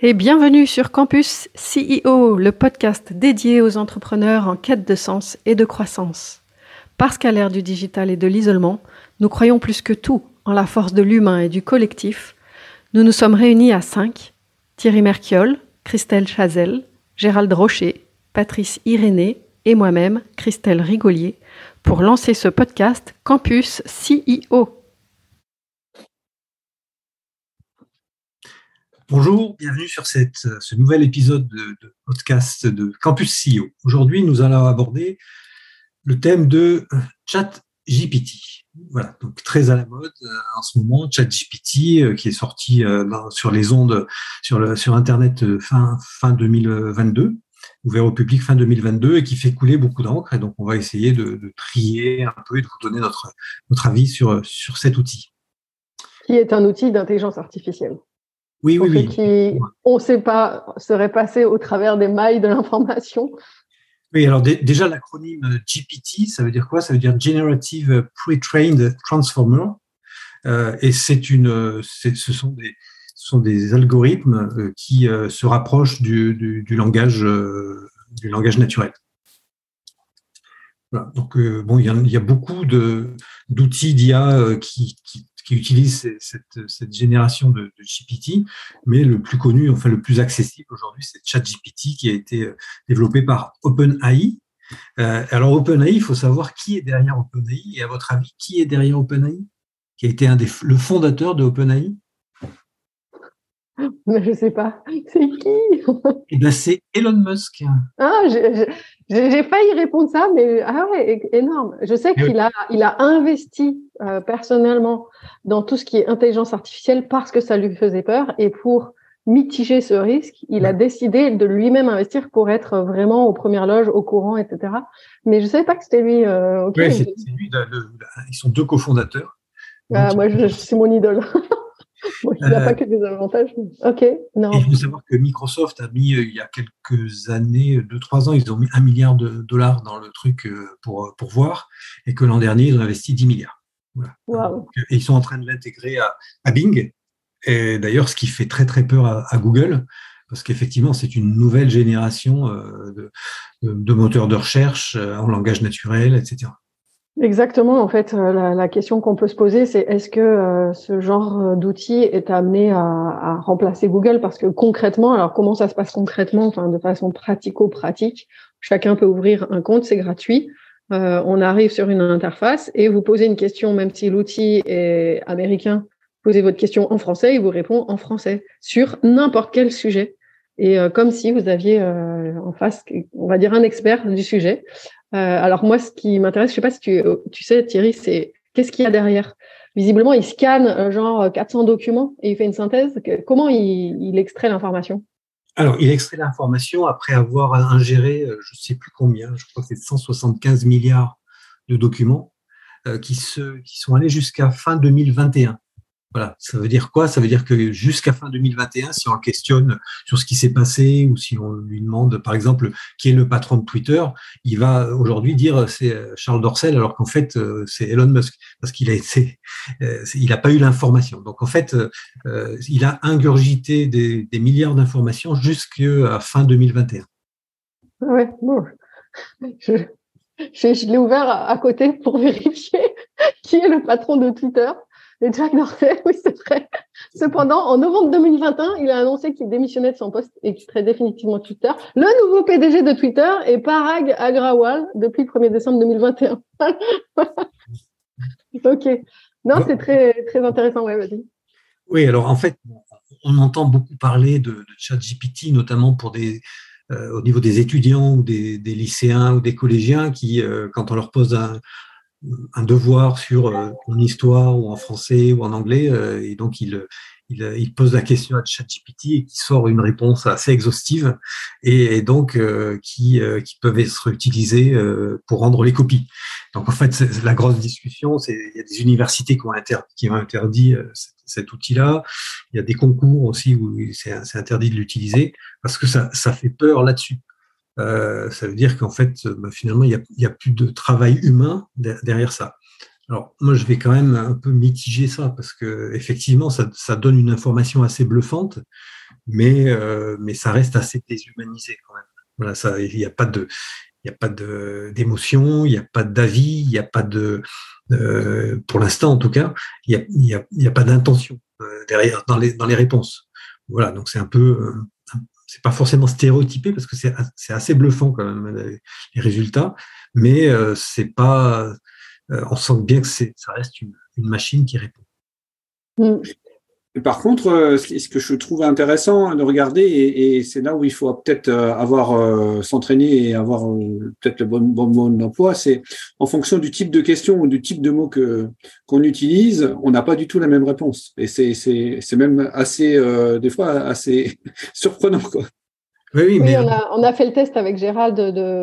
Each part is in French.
Et bienvenue sur Campus CEO, le podcast dédié aux entrepreneurs en quête de sens et de croissance. Parce qu'à l'ère du digital et de l'isolement, nous croyons plus que tout en la force de l'humain et du collectif. Nous nous sommes réunis à 5, Thierry Merchiol, Christelle Chazelle, Gérald Rocher, Patrice Irénée et moi-même, Christelle Rigolier, pour lancer ce podcast Campus CEO. Bonjour, bienvenue sur ce nouvel épisode de podcast de Campus CEO. Aujourd'hui, nous allons aborder le thème de ChatGPT. Voilà, donc très à la mode en ce moment, ChatGPT qui est sorti sur les ondes, sur Internet fin 2022, ouvert au public fin 2022 et qui fait couler beaucoup d'encre. Et donc, on va essayer de trier un peu et de vous donner notre avis sur cet outil. Qui est un outil d'intelligence artificielle. Oui. Ceux qui, on ne sait pas, seraient passés au travers des mailles de l'information. Oui, alors déjà, l'acronyme GPT, ça veut dire quoi? Ça veut dire Generative Pre-trained Transformer. Et ce sont des algorithmes qui se rapprochent du langage naturel. Voilà. Donc, il y a beaucoup d'outils d'IA qui utilisent cette génération de GPT, mais le plus connu, enfin le plus accessible aujourd'hui, c'est ChatGPT qui a été développé par OpenAI. Alors OpenAI, il faut savoir qui est derrière OpenAI, et à votre avis, qui est derrière OpenAI? Qui a été le fondateur de OpenAI? Mais je ne sais pas. C'est qui? Eh bien, c'est Elon Musk. Ah, j'ai failli répondre ça, mais ah ouais, énorme. Je sais qu'il a investi personnellement dans tout ce qui est intelligence artificielle parce que ça lui faisait peur, et pour mitiger ce risque, il a décidé de lui-même investir pour être vraiment aux premières loges, au courant, etc. Mais je ne savais pas que c'était lui. Okay. Oui, c'est lui. Ils sont deux cofondateurs. Moi, c'est mon idole. Il n'y a pas que des avantages. Ok, non. Et il faut savoir que Microsoft a mis, il y a quelques années, 2-3 ans, ils ont mis $1 milliard dans le truc pour voir, et que l'an dernier, ils ont investi 10 milliards. Voilà. Wow. Donc, et ils sont en train de l'intégrer à Bing. Et d'ailleurs, ce qui fait très, très peur à Google, parce qu'effectivement, c'est une nouvelle génération de moteurs de recherche en langage naturel, etc. Exactement. En fait, la question qu'on peut se poser, c'est est-ce que ce genre d'outil est amené à remplacer Google? Parce que concrètement, alors comment ça se passe concrètement, enfin de façon pratico-pratique, chacun peut ouvrir un compte, c'est gratuit. On arrive sur une interface et vous posez une question, même si l'outil est américain, posez votre question en français, il vous répond en français sur n'importe quel sujet. Et comme si vous aviez en face, on va dire, un expert du sujet. Alors moi, ce qui m'intéresse, je ne sais pas si tu sais, Thierry, c'est qu'est-ce qu'il y a derrière. Visiblement, il scanne genre 400 documents et il fait une synthèse. Comment il extrait l'information? Alors, il extrait l'information après avoir ingéré, je ne sais plus combien, je crois que c'est 175 milliards de documents qui sont allés jusqu'à fin 2021. Voilà, ça veut dire quoi? Ça veut dire que jusqu'à fin 2021, si on le questionne sur ce qui s'est passé, ou si on lui demande, par exemple, qui est le patron de Twitter, il va aujourd'hui dire c'est Charles Dorcel, alors qu'en fait, c'est Elon Musk, parce qu'il il n'a pas eu l'information. Donc, en fait, il a ingurgité des milliards d'informations jusqu'à fin 2021. Ouais, bon. Je l'ai ouvert à côté pour vérifier qui est le patron de Twitter. Et Jack Dorsey, oui, c'est vrai. Cependant, en novembre 2021, il a annoncé qu'il démissionnait de son poste et qu'il quitterait définitivement Twitter. Le nouveau PDG de Twitter est Parag Agrawal depuis le 1er décembre 2021. Ok. Non, c'est très, très intéressant. Ouais, vas-y. Oui, alors en fait, on entend beaucoup parler de ChatGPT, notamment au niveau des étudiants ou des lycéens ou des collégiens qui, quand on leur pose un devoir sur en histoire ou en français ou en anglais, et donc il pose la question à ChatGPT et qui sort une réponse assez exhaustive et donc qui peuvent être utilisées pour rendre les copies. Donc en fait, la grosse discussion, il y a des universités qui ont interdit cet outil-là. Il y a des concours aussi où c'est interdit de l'utiliser parce que ça fait peur là-dessus. Ça veut dire qu'en fait, finalement, il y a plus de travail humain derrière ça. Alors, moi, je vais quand même un peu mitiger ça parce que effectivement, ça donne une information assez bluffante, mais ça reste assez déshumanisé quand même. Voilà, ça, il n'y a pas d'émotion, il n'y a pas d'avis, il n'y a pas pour l'instant en tout cas, il y a pas d'intention derrière dans les réponses. Voilà, donc c'est un peu, c'est pas forcément stéréotypé parce que c'est assez bluffant quand même les résultats, mais c'est pas, on sent bien que ça reste une machine qui répond. Par contre, ce que je trouve intéressant de regarder, et c'est là où il faut peut-être s'entraîner et avoir peut-être le bon mode d'emploi, c'est en fonction du type de question ou du type de mots qu'on utilise, on n'a pas du tout la même réponse. Et c'est même assez, des fois, assez surprenant, quoi. Oui, mais on a fait le test avec Gérald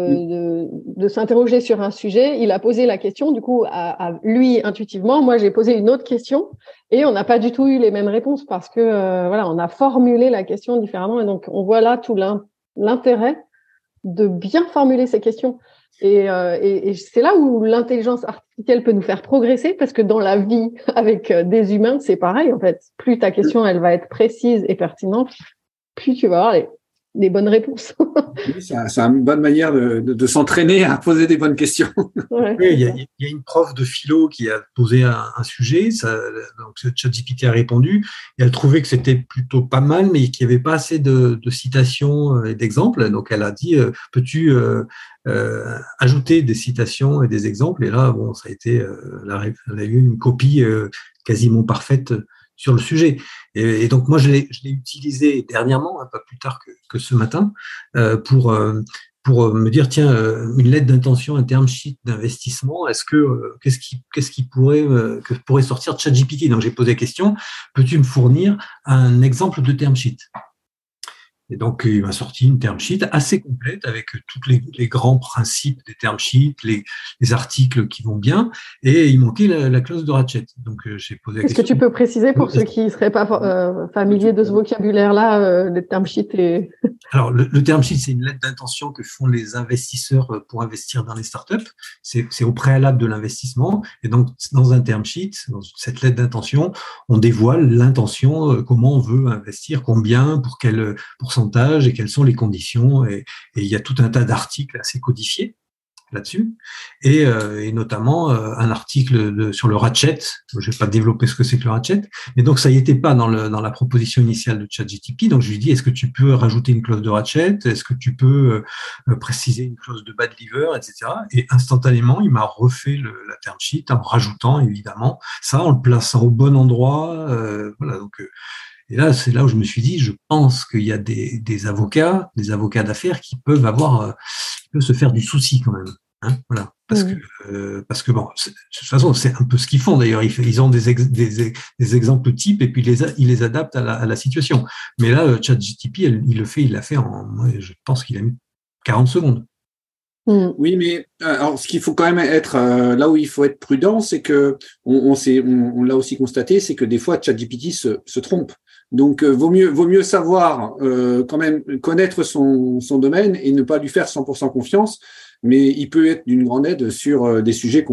de s'interroger sur un sujet. Il a posé la question, du coup, à lui intuitivement. Moi, j'ai posé une autre question et on n'a pas du tout eu les mêmes réponses parce que voilà, on a formulé la question différemment. Et donc, on voit là tout l'intérêt de bien formuler ces questions. Et c'est là où l'intelligence artificielle peut nous faire progresser parce que dans la vie avec des humains, c'est pareil en fait. Plus ta question elle va être précise et pertinente, plus tu vas avoir des bonnes réponses. Oui, c'est une bonne manière de s'entraîner à poser des bonnes questions. Ouais, il y a une prof de philo qui a posé un sujet, donc ChatGPT a répondu, et elle trouvait que c'était plutôt pas mal, mais qu'il n'y avait pas assez de citations et d'exemples. Donc elle a dit, peux-tu ajouter des citations et des exemples? Et là, bon, ça a été, elle a eu une copie quasiment parfaite sur le sujet. Et donc, moi, je l'ai utilisé dernièrement, pas plus tard que ce matin, pour me dire, tiens, une lettre d'intention, un term sheet d'investissement, qu'est-ce qui pourrait sortir de ChatGPT? Donc, j'ai posé la question, peux-tu me fournir un exemple de term sheet? Et donc, il m'a sorti une term sheet assez complète avec tous les grands principes des term sheets, les articles qui vont bien, et il manquait la clause de ratchet. Donc, j'ai posé la question. Est-ce que tu peux préciser pour ceux qui ne seraient pas familiers de ce vocabulaire-là, les term sheets et... Alors, le term sheet, c'est une lettre d'intention que font les investisseurs pour investir dans les startups. C'est au préalable de l'investissement. Et donc, dans un term sheet, dans cette lettre d'intention, on dévoile l'intention, comment on veut investir, combien, pour quel pourcentage et quelles sont les conditions. Et il y a tout un tas d'articles assez codifiés là-dessus, et notamment un article sur le ratchet. Je vais pas développer ce que c'est que le ratchet, mais donc ça y était pas dans la proposition initiale de ChatGPT. Donc je lui dis, est-ce que tu peux rajouter une clause de ratchet? Est-ce que tu peux préciser une clause de bad liver, etc. Et instantanément, il m'a refait la term sheet en rajoutant évidemment ça, en le plaçant au bon endroit. Voilà, donc. Et là, c'est là où je me suis dit, je pense qu'il y a des avocats d'affaires qui peuvent se faire du souci quand même. Hein, voilà, parce que bon, de toute façon, c'est un peu ce qu'ils font d'ailleurs. Ils ont des exemples types et puis ils les adaptent à la situation. Mais là, ChatGPT, il l'a fait je pense qu'il a mis 40 secondes. Oui, mais alors, ce qu'il faut quand même être là où il faut être prudent, c'est que on l'a aussi constaté, c'est que des fois ChatGPT se trompe. Donc vaut mieux savoir quand même connaître son domaine et ne pas lui faire 100% confiance. Mais il peut être d'une grande aide sur des sujets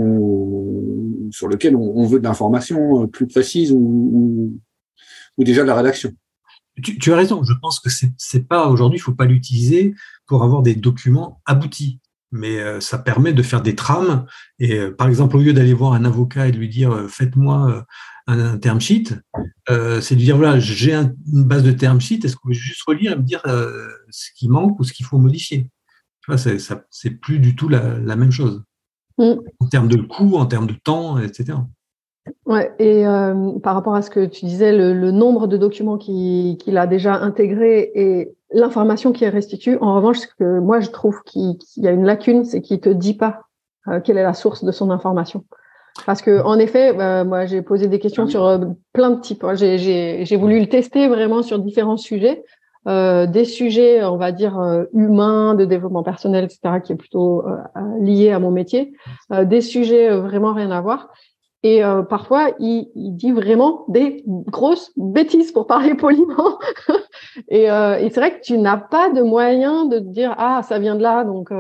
sur lesquels on veut de l'information plus précise ou déjà de la rédaction. Tu as raison. Je pense que c'est pas aujourd'hui, il faut pas l'utiliser pour avoir des documents aboutis. Mais ça permet de faire des trames. Et par exemple, au lieu d'aller voir un avocat et de lui dire faites-moi un term sheet, c'est de lui dire voilà, j'ai une base de term sheet, est-ce que vous pouvez juste relire et me dire ce qui manque ou ce qu'il faut modifier? Tu vois, c'est plus du tout la même chose. En termes de coût, en termes de temps, etc. Ouais, et par rapport à ce que tu disais, le nombre de documents qu'il a déjà intégrés et l'information qui est restituée, en revanche, ce que moi je trouve qu'il y a une lacune, c'est qu'il te dit pas quelle est la source de son information. Parce que en effet, moi j'ai posé des questions sur plein de types. J'ai voulu le tester vraiment sur différents sujets, des sujets, on va dire humains, de développement personnel, etc., qui est plutôt lié à mon métier, des sujets vraiment rien à voir. Et parfois, il dit vraiment des grosses bêtises, pour parler poliment. Et c'est vrai que tu n'as pas de moyen de te dire ah ça vient de là. Donc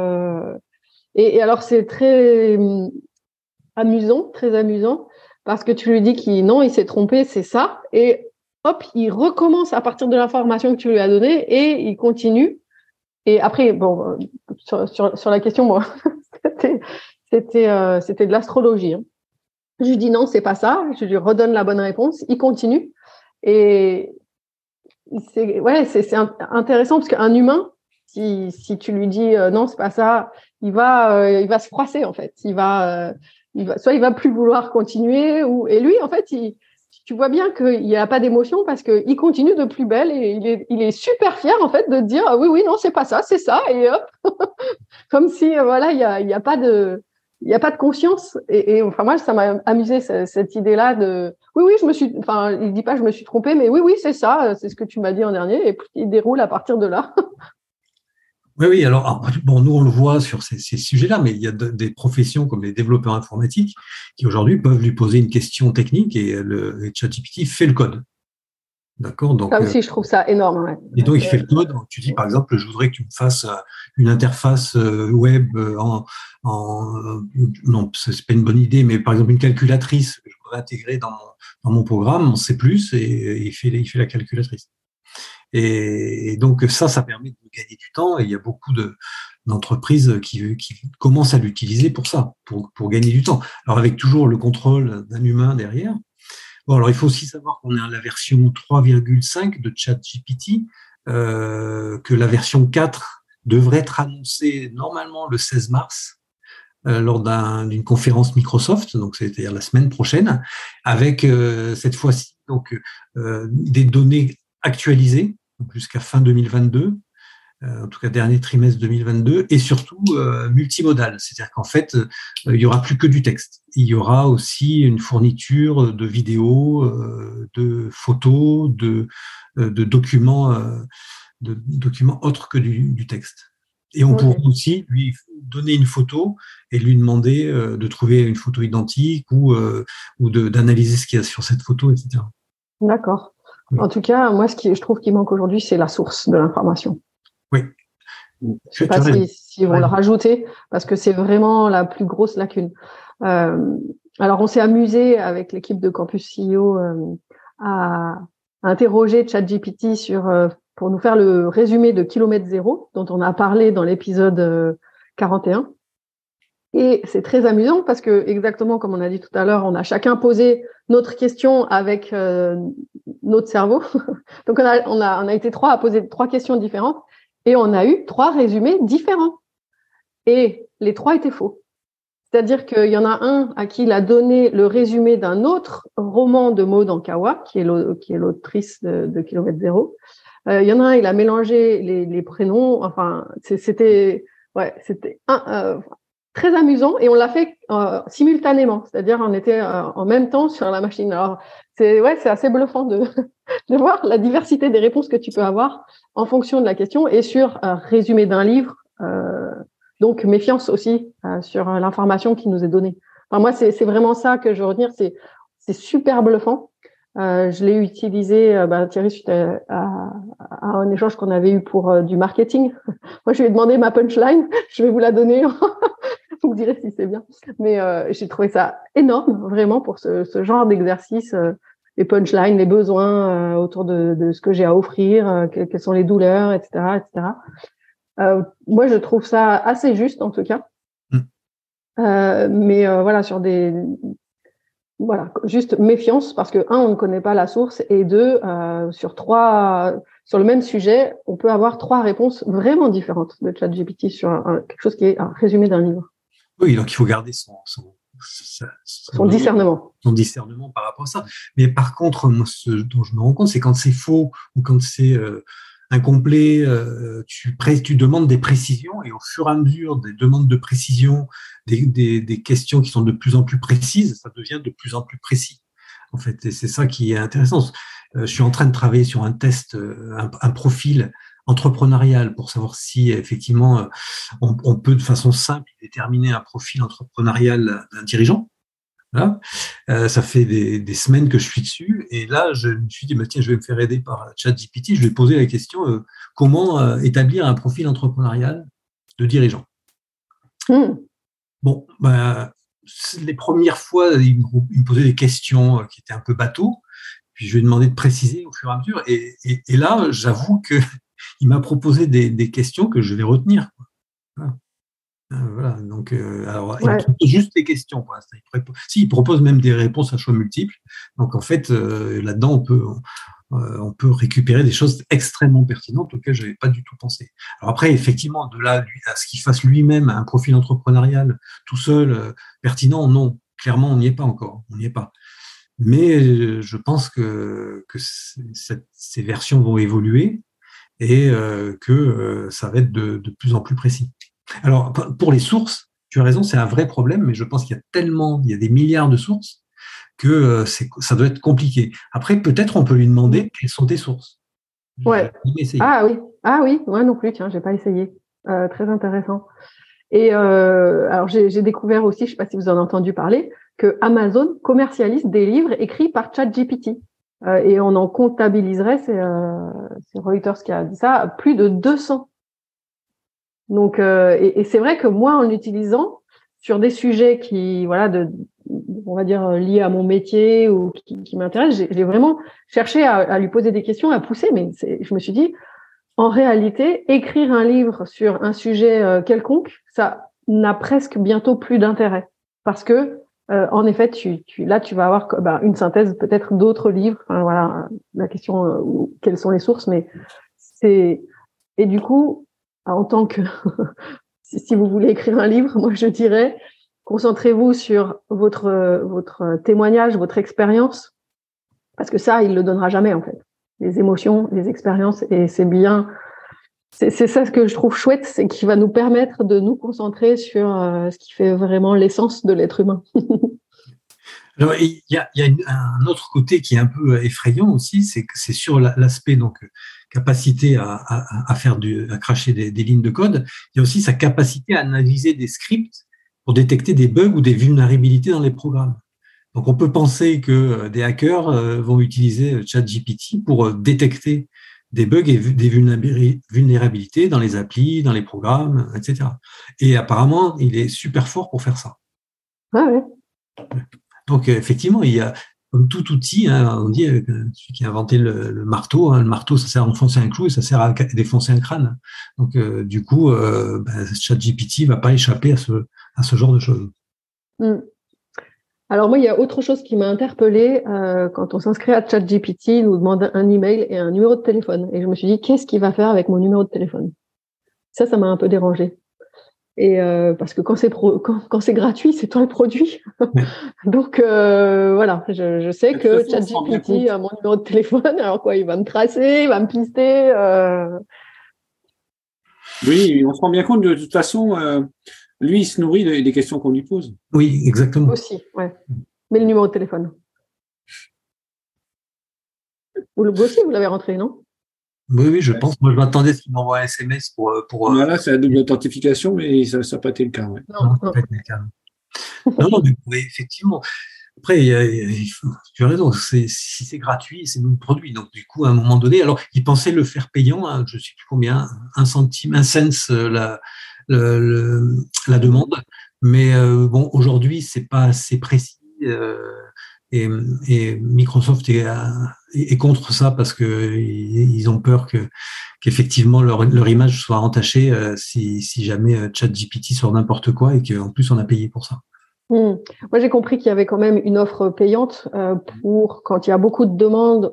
et alors c'est très amusant, parce que tu lui dis qu'il s'est trompé, c'est ça. Et hop, il recommence à partir de l'information que tu lui as donnée et il continue. Et après, bon, sur la question, bon, c'était de l'astrologie. Hein. Je lui dis non, c'est pas ça. Je lui redonne la bonne réponse. Il continue. Et c'est intéressant parce qu'un humain, si tu lui dis non, c'est pas ça, il va se froisser en fait. Soit il va plus vouloir continuer, et lui, en fait, tu vois bien qu'il n'y a pas d'émotion parce qu'il continue de plus belle et il est super fier en fait de dire oui, oui, non, c'est pas ça, c'est ça, et hop, comme si voilà, il y a pas de conscience. Et enfin, moi, ça m'a amusé cette idée-là de oui, oui, il dit pas je me suis trompé, mais oui, oui, c'est ça, c'est ce que tu m'as dit en dernier, et puis il déroule à partir de là. Oui, oui. Alors, bon, nous, on le voit sur ces sujets-là, mais il y a des professions comme les développeurs informatiques qui, aujourd'hui, peuvent lui poser une question technique et ChatGPT fait le code. D'accord? Donc, ça aussi, je trouve ça énorme. Ouais. Et donc, il fait le code. Tu dis, par exemple, je voudrais que tu me fasses une interface web non, c'est pas une bonne idée, mais par exemple, une calculatrice que je voudrais intégrer dans mon programme, on sait plus, et il fait la calculatrice. Et donc, ça permet de gagner du temps, et il y a beaucoup d'entreprises qui commencent à l'utiliser pour ça, pour gagner du temps. Alors, avec toujours le contrôle d'un humain derrière. Bon, alors il faut aussi savoir qu'on est à la version 3,5 de ChatGPT, que la version 4 devrait être annoncée normalement le 16 mars lors d'une conférence Microsoft, donc c'est-à-dire la semaine prochaine, avec cette fois-ci donc des données actualisées jusqu'à fin 2022. En tout cas dernier trimestre 2022, et surtout multimodal, c'est-à-dire qu'en fait, il y aura plus que du texte. Il y aura aussi une fourniture de vidéos, de photos, de documents autres que du texte. Et on pourra aussi lui donner une photo et lui demander de trouver une photo identique ou d'analyser ce qu'il y a sur cette photo, etc. D'accord. Oui. En tout cas, moi, je trouve qu'il manque aujourd'hui, c'est la source de l'information. Oui. Je ne sais pas si vont le rajouter, parce que c'est vraiment la plus grosse lacune. Alors, on s'est amusé avec l'équipe de Campus CEO à interroger ChatGPT pour nous faire le résumé de Kilomètre Zéro, dont on a parlé dans l'épisode 41. Et c'est très amusant parce que, exactement comme on a dit tout à l'heure, on a chacun posé notre question avec notre cerveau. Donc, on a été trois à poser 3 questions différentes. Et on a eu 3 résumés différents. Et les 3 étaient faux. C'est-à-dire qu'il y en a un à qui il a donné le résumé d'un autre roman de Maud Ankawa, qui est l'autrice de Kilomètre Zéro. Il y en a un, il a mélangé les prénoms. Enfin, c'était très amusant. Et on l'a fait simultanément. C'est-à-dire on était en même temps sur la machine. Alors, c'est assez bluffant de voir la diversité des réponses que tu peux avoir en fonction de la question et sur un résumé d'un livre. Donc, méfiance aussi sur l'information qui nous est donnée. Enfin, moi, c'est vraiment ça que je veux retenir. C'est super bluffant. Je l'ai utilisé, Thierry, suite à un échange qu'on avait eu pour du marketing. Moi, je lui ai demandé ma punchline. Je vais vous la donner. Vous me direz si c'est bien. Mais j'ai trouvé ça énorme, vraiment, pour ce genre d'exercice. Les punchlines, les besoins autour de ce que j'ai à offrir, quelles sont les douleurs, etc., etc. Moi, je trouve ça assez juste, en tout cas. Mais voilà, juste méfiance, parce que, 1, on ne connaît pas la source, et 2, sur le même sujet, on peut avoir 3 réponses vraiment différentes de ChatGPT sur quelque chose qui est un résumé d'un livre. Oui, donc il faut garder son discernement. Son discernement par rapport à ça. Mais par contre, moi, ce dont je me rends compte, c'est quand c'est faux ou quand c'est incomplet, tu demandes des précisions, et au fur et à mesure des demandes de précision, des questions qui sont de plus en plus précises, ça devient de plus en plus précis. En fait, et c'est ça qui est intéressant. Je suis en train de travailler sur un test, un profil entrepreneurial pour savoir si effectivement on peut de façon simple déterminer un profil entrepreneurial d'un dirigeant. Voilà. Ça fait des semaines que je suis dessus, et là je me suis dit tiens, je vais me faire aider par ChatGPT. Je vais poser la question comment établir un profil entrepreneurial de dirigeant. Bon, les premières fois, il me posait des questions qui étaient un peu bateaux. puis je lui ai demandé de préciser au fur et à mesure. Et là, j'avoue qu'il m'a proposé des questions que je vais retenir. Voilà. Voilà, donc, alors, il propose juste des questions. Quoi. Il propose même des réponses à choix multiples. Donc, en fait, là-dedans, on peut récupérer des choses extrêmement pertinentes auxquelles je n'avais pas du tout pensé. Alors après, effectivement, de là à ce qu'il fasse lui-même un profil entrepreneurial tout seul, pertinent, non. Clairement, on n'y est pas encore. On n'y est pas. Mais je pense que ces versions vont évoluer et que ça va être de plus en plus précis. Alors, pour les sources, tu as raison, c'est un vrai problème, mais je pense qu'il y a des milliards de sources que ça doit être compliqué. Après, peut-être on peut lui demander quelles sont tes sources. Ouais. Ah oui, moi non plus, tiens, j'ai pas essayé. Très intéressant. Et alors j'ai découvert aussi, je sais pas si vous en avez entendu parler, que Amazon commercialise des livres écrits par ChatGPT. Et on en comptabiliserait, c'est Reuters qui a dit ça, plus de 200. Donc, et c'est vrai que moi, en l'utilisant sur des sujets qui, voilà, on va dire liés à mon métier ou qui m'intéressent, j'ai vraiment cherché à lui poser des questions, à pousser. Mais je me suis dit, en réalité, écrire un livre sur un sujet quelconque, ça n'a presque bientôt plus d'intérêt, parce que en effet, tu vas avoir une synthèse peut-être d'autres livres. Enfin, voilà, la question quelles sont les sources, mais et du coup. En tant que, si vous voulez écrire un livre, moi je dirais, concentrez-vous sur votre témoignage, votre expérience, parce que ça, il le donnera jamais en fait. Les émotions, les expériences, et c'est ça ce que je trouve chouette, c'est qu'il va nous permettre de nous concentrer sur ce qui fait vraiment l'essence de l'être humain. Alors, il y a un autre côté qui est un peu effrayant aussi, c'est sur l'aspect donc capacité à cracher des lignes de code. Il y a aussi sa capacité à analyser des scripts pour détecter des bugs ou des vulnérabilités dans les programmes. Donc, on peut penser que des hackers vont utiliser ChatGPT pour détecter des bugs et des vulnérabilités dans les applis, dans les programmes, etc. Et apparemment, il est super fort pour faire ça. Ah ouais. Donc, effectivement, il y a, comme tout outil, on dit, celui qui a inventé le marteau, le marteau, ça sert à enfoncer un clou et ça sert à défoncer un crâne. Donc, du coup, ChatGPT ne va pas échapper à ce genre de choses. Alors moi, il y a autre chose qui m'a interpellée quand on s'inscrit à ChatGPT, il nous demande un email et un numéro de téléphone. Et je me suis dit, qu'est-ce qu'il va faire avec mon numéro de téléphone ? Ça m'a un peu dérangée. Et parce que quand c'est gratuit, c'est toi le produit. Ouais. Donc voilà, je sais que ChatGPT a mon numéro de téléphone. Alors quoi, il va me tracer, il va me pister. Oui, on se rend bien compte de toute façon. Lui, il se nourrit des questions qu'on lui pose. Oui, exactement. Aussi, ouais. Mais le numéro de téléphone. Vous l'avez rentré, non ? Oui, je pense. Moi, je m'attendais à ce qu'il m'envoie un SMS pour. Voilà, c'est la double authentification, mais ça n'a pas été le cas. Ouais. Non, ça n'a pas été le cas. Non, mais effectivement. Après, tu as raison, si c'est gratuit, c'est nous le produit. Donc, du coup, à un moment donné, alors, ils pensaient le faire payant, je ne sais plus combien, 1 centime, 1 cent la demande. Mais bon, aujourd'hui, c'est pas assez précis. Et Microsoft est contre ça parce qu'ils ont peur qu'effectivement leur image soit entachée si jamais ChatGPT sort n'importe quoi et qu'en plus on a payé pour ça. Moi, j'ai compris qu'il y avait quand même une offre payante pour quand il y a beaucoup de demandes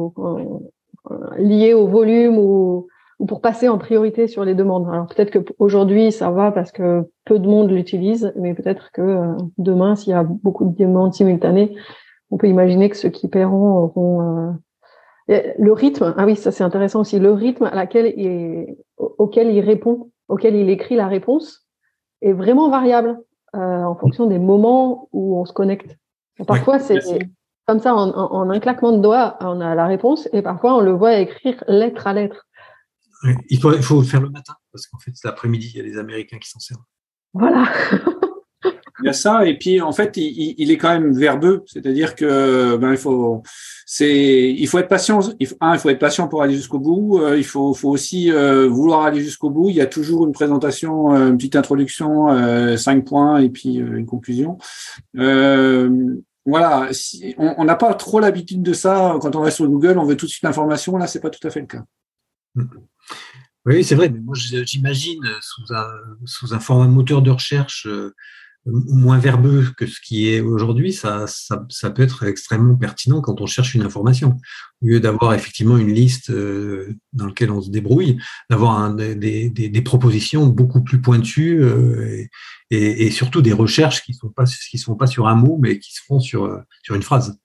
liées au volume ou pour passer en priorité sur les demandes. Alors peut-être qu'aujourd'hui ça va parce que peu de monde l'utilise, mais peut-être que demain, s'il y a beaucoup de demandes simultanées, on peut imaginer que ceux qui paieront auront le rythme. Ah oui, ça c'est intéressant aussi. Le rythme auquel il répond, auquel il écrit la réponse, est vraiment variable en fonction des moments où on se connecte. Parfois, c'est comme ça, en un claquement de doigts, on a la réponse, et parfois on le voit écrire lettre à lettre. Il faut le faire le matin, parce qu'en fait, c'est l'après-midi, il y a les Américains qui s'en servent. Voilà. Il y a ça, et puis en fait, il est quand même verbeux, c'est-à-dire que il faut être patient. Il faut être patient pour aller jusqu'au bout. Il faut aussi vouloir aller jusqu'au bout. Il y a toujours une présentation, une petite introduction, 5 points et puis une conclusion. voilà, si, on n'a pas trop l'habitude de ça. Quand on va sur Google, on veut tout de suite l'information. Là, c'est pas tout à fait le cas. Oui, c'est vrai, mais moi j'imagine sous un format moteur de recherche moins verbeux que ce qui est aujourd'hui, ça peut être extrêmement pertinent quand on cherche une information. Au lieu d'avoir effectivement une liste dans laquelle on se débrouille, d'avoir des propositions beaucoup plus pointues et surtout des recherches qui ne sont pas sur un mot, mais qui se font sur une phrase.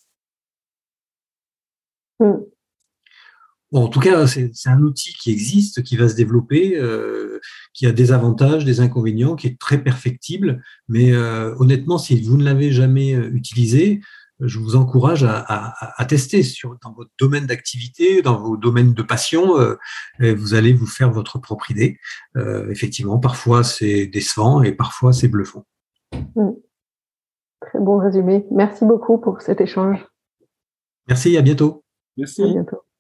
Bon, en tout cas, c'est un outil qui existe, qui va se développer, qui a des avantages, des inconvénients, qui est très perfectible. Mais honnêtement, si vous ne l'avez jamais utilisé, je vous encourage à tester dans votre domaine d'activité, dans vos domaines de passion. Vous allez vous faire votre propre idée. Effectivement, parfois c'est décevant et parfois c'est bluffant. Très bon résumé. Merci beaucoup pour cet échange. Merci, à bientôt. Merci. À bientôt.